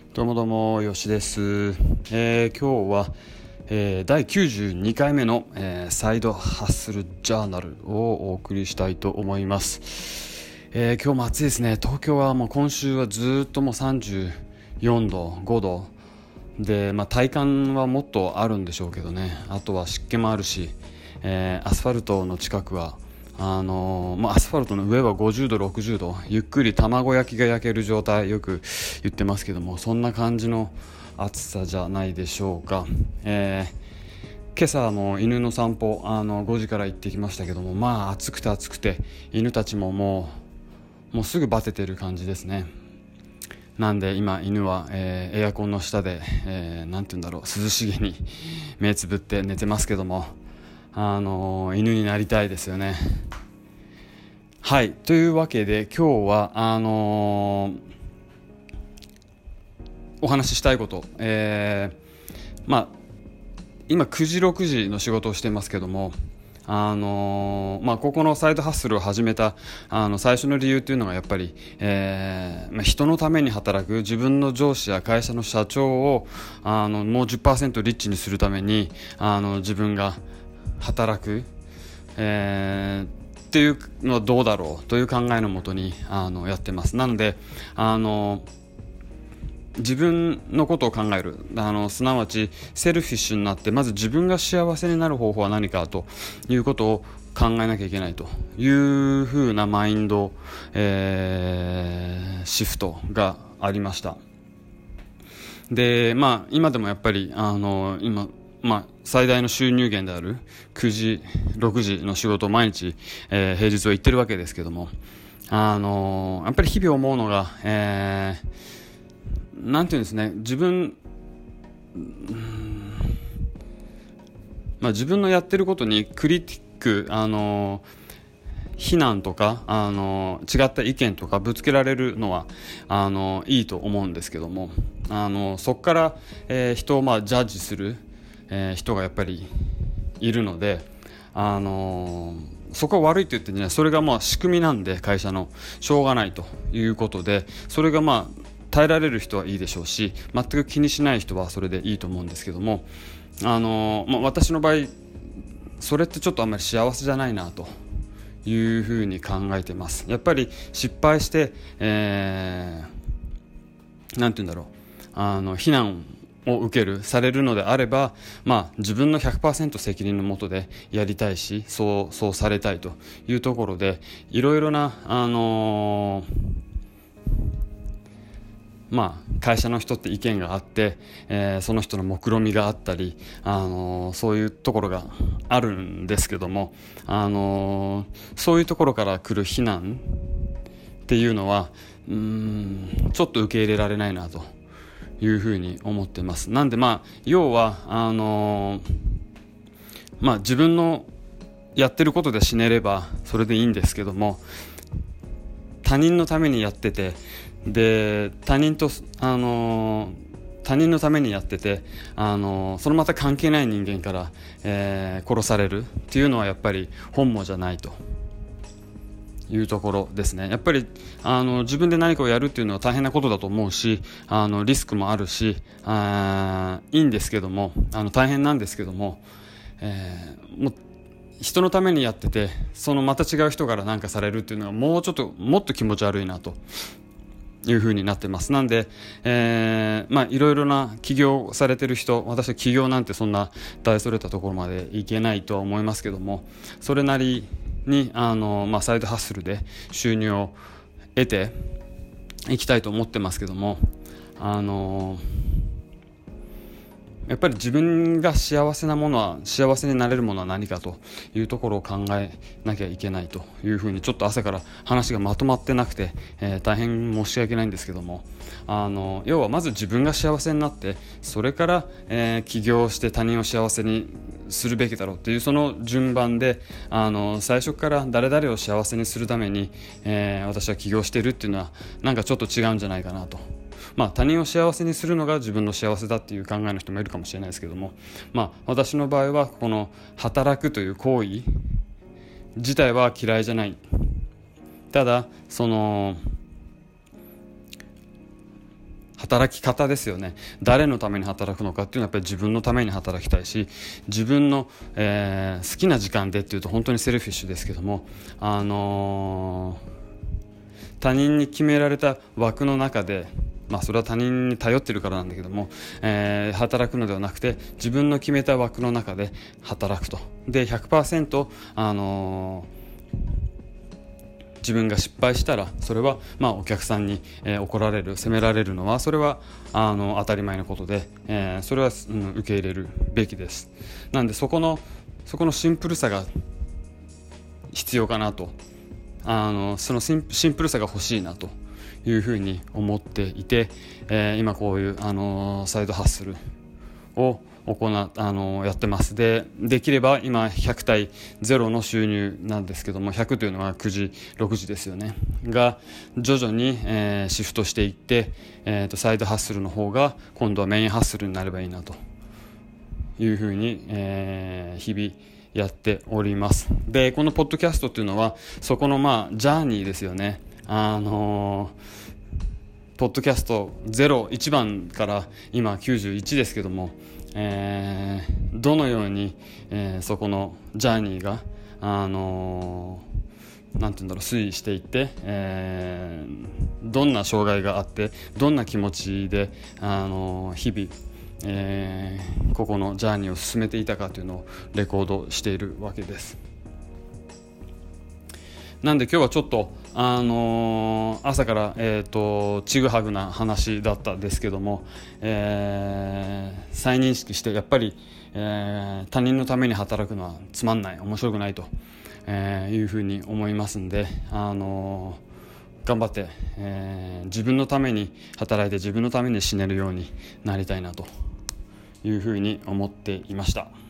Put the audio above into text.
どうもどうも、よしです。今日は、第92回目の、サイドハッスルジャーナルをお送りしたいと思います。今日も暑いですね。東京はもう今週はずっともう34度、5度で、体感はもっとあるんでしょうけどね。あとは湿気もあるし、アスファルトの近くはアスファルトの上は50度60度ゆっくり卵焼きが焼ける状態よく言ってますけども、そんな感じの暑さじゃないでしょうか。今朝も犬の散歩5時から行ってきましたけども、暑くて犬たちももうすぐバテてる感じですね。なんで今犬は、エアコンの下で、なんて言うんだろう、涼しげに目つぶって寝てますけども、犬になりたいですよね。はい、というわけで今日はお話ししたいこと、今9時6時の仕事をしてますけども、ここのサイドハッスルを始めた最初の理由っていうのがやっぱり、人のために働く自分の上司や会社の社長をもう 10% リッチにするために自分が働く、っていうのはどうだろうという考えのもとにやってます。なので自分のことを考える、すなわちセルフィッシュになってまず自分が幸せになる方法は何かということを考えなきゃいけないというふうなマインド、シフトがありました。で、今でもやっぱり最大の収入源である9時6時の仕事を毎日、平日は行ってるわけですけども、やっぱり日々思うのが、なんていうんですね、自分のやってることにクリティック、非難とか違った意見とかぶつけられるのはいいと思うんですけども、そこから、人をジャッジする、人がやっぱりいるので、そこは悪いと言ってんじゃない。それが仕組みなんで、会社のしょうがないということで、それが耐えられる人はいいでしょうし、全く気にしない人はそれでいいと思うんですけども、私の場合それってちょっとあんまり幸せじゃないなというふうに考えてます。やっぱり失敗して、なんて言うんだろう、非難を受けるされるのであれば、自分の 100% 責任のもとでやりたいし、そうされたいというところで、いろいろな会社の人って意見があって、その人の目論見があったり、そういうところがあるんですけども、そういうところから来る非難っていうのはちょっと受け入れられないなというふうに思ってます。なんで要は自分のやってることで死ねればそれでいいんですけども、他人のためにやってて、で他人のためにやっててそのまた関係ない人間から、殺されるっていうのはやっぱり本望じゃないというところですね。やっぱり自分で何かをやるっていうのは大変なことだと思うし、リスクもあるし、いいんですけども、大変なんですけども、もう人のためにやってて、そのまた違う人から何かされるっていうのはもっと気持ち悪いなという風になってます。なんで、いろいろな起業されてる人、私は起業なんてそんな大それたところまでいけないとは思いますけども、それなりにサイドハッスルで収入を得ていきたいと思ってますけども、やっぱり自分が幸せになれるものは何かというところを考えなきゃいけないというふうに、ちょっと朝から話がまとまってなくて、大変申し訳ないんですけども、要はまず自分が幸せになって、それから、起業して他人を幸せにするべきだろうという、その順番で最初から誰々を幸せにするために、私は起業しているっていうのはなんかちょっと違うんじゃないかなと。他人を幸せにするのが自分の幸せだっていう考えの人もいるかもしれないですけども、私の場合はこの働くという行為自体は嫌いじゃない。ただ働働き方ですよね。誰のために働くのかっていうのはやっぱり自分のために働きたいし、自分の、好きな時間でっていうと本当にセルフィッシュですけども、他人に決められた枠の中で、それは他人に頼ってるからなんだけども、働くのではなくて自分の決めた枠の中で働くと。で 100%、自分が失敗したらそれはお客さんに、怒られる、責められるのはそれは当たり前のことで、それは、受け入れるべきです。なんでそこのシンプルさが必要かなと、そのシンプルさが欲しいなというふうに思っていて、今こういうサイドハッスルをやってます。できれば今100対0の収入なんですけども、100というのは9時6時ですよねが徐々に、シフトしていって、サイドハッスルの方が今度はメインハッスルになればいいなというふうに、日々やっております。でこのポッドキャストっていうのはそこのジャーニーですよね。ポッドキャスト1番から今91ですけども、どのように、そこのジャーニーがなんていうんだろう、推移していって、どんな障害があってどんな気持ちで日々ここのジャーニーを進めていたかというのをレコードしているわけです。なんで今日はちょっと、朝から、ちぐはぐな話だったんですけども、再認識してやっぱり、他人のために働くのはつまんない、面白くないと、いうふうに思いますんで、頑張って、自分のために働いて自分のために死ねるようになりたいなというふうに思っていました。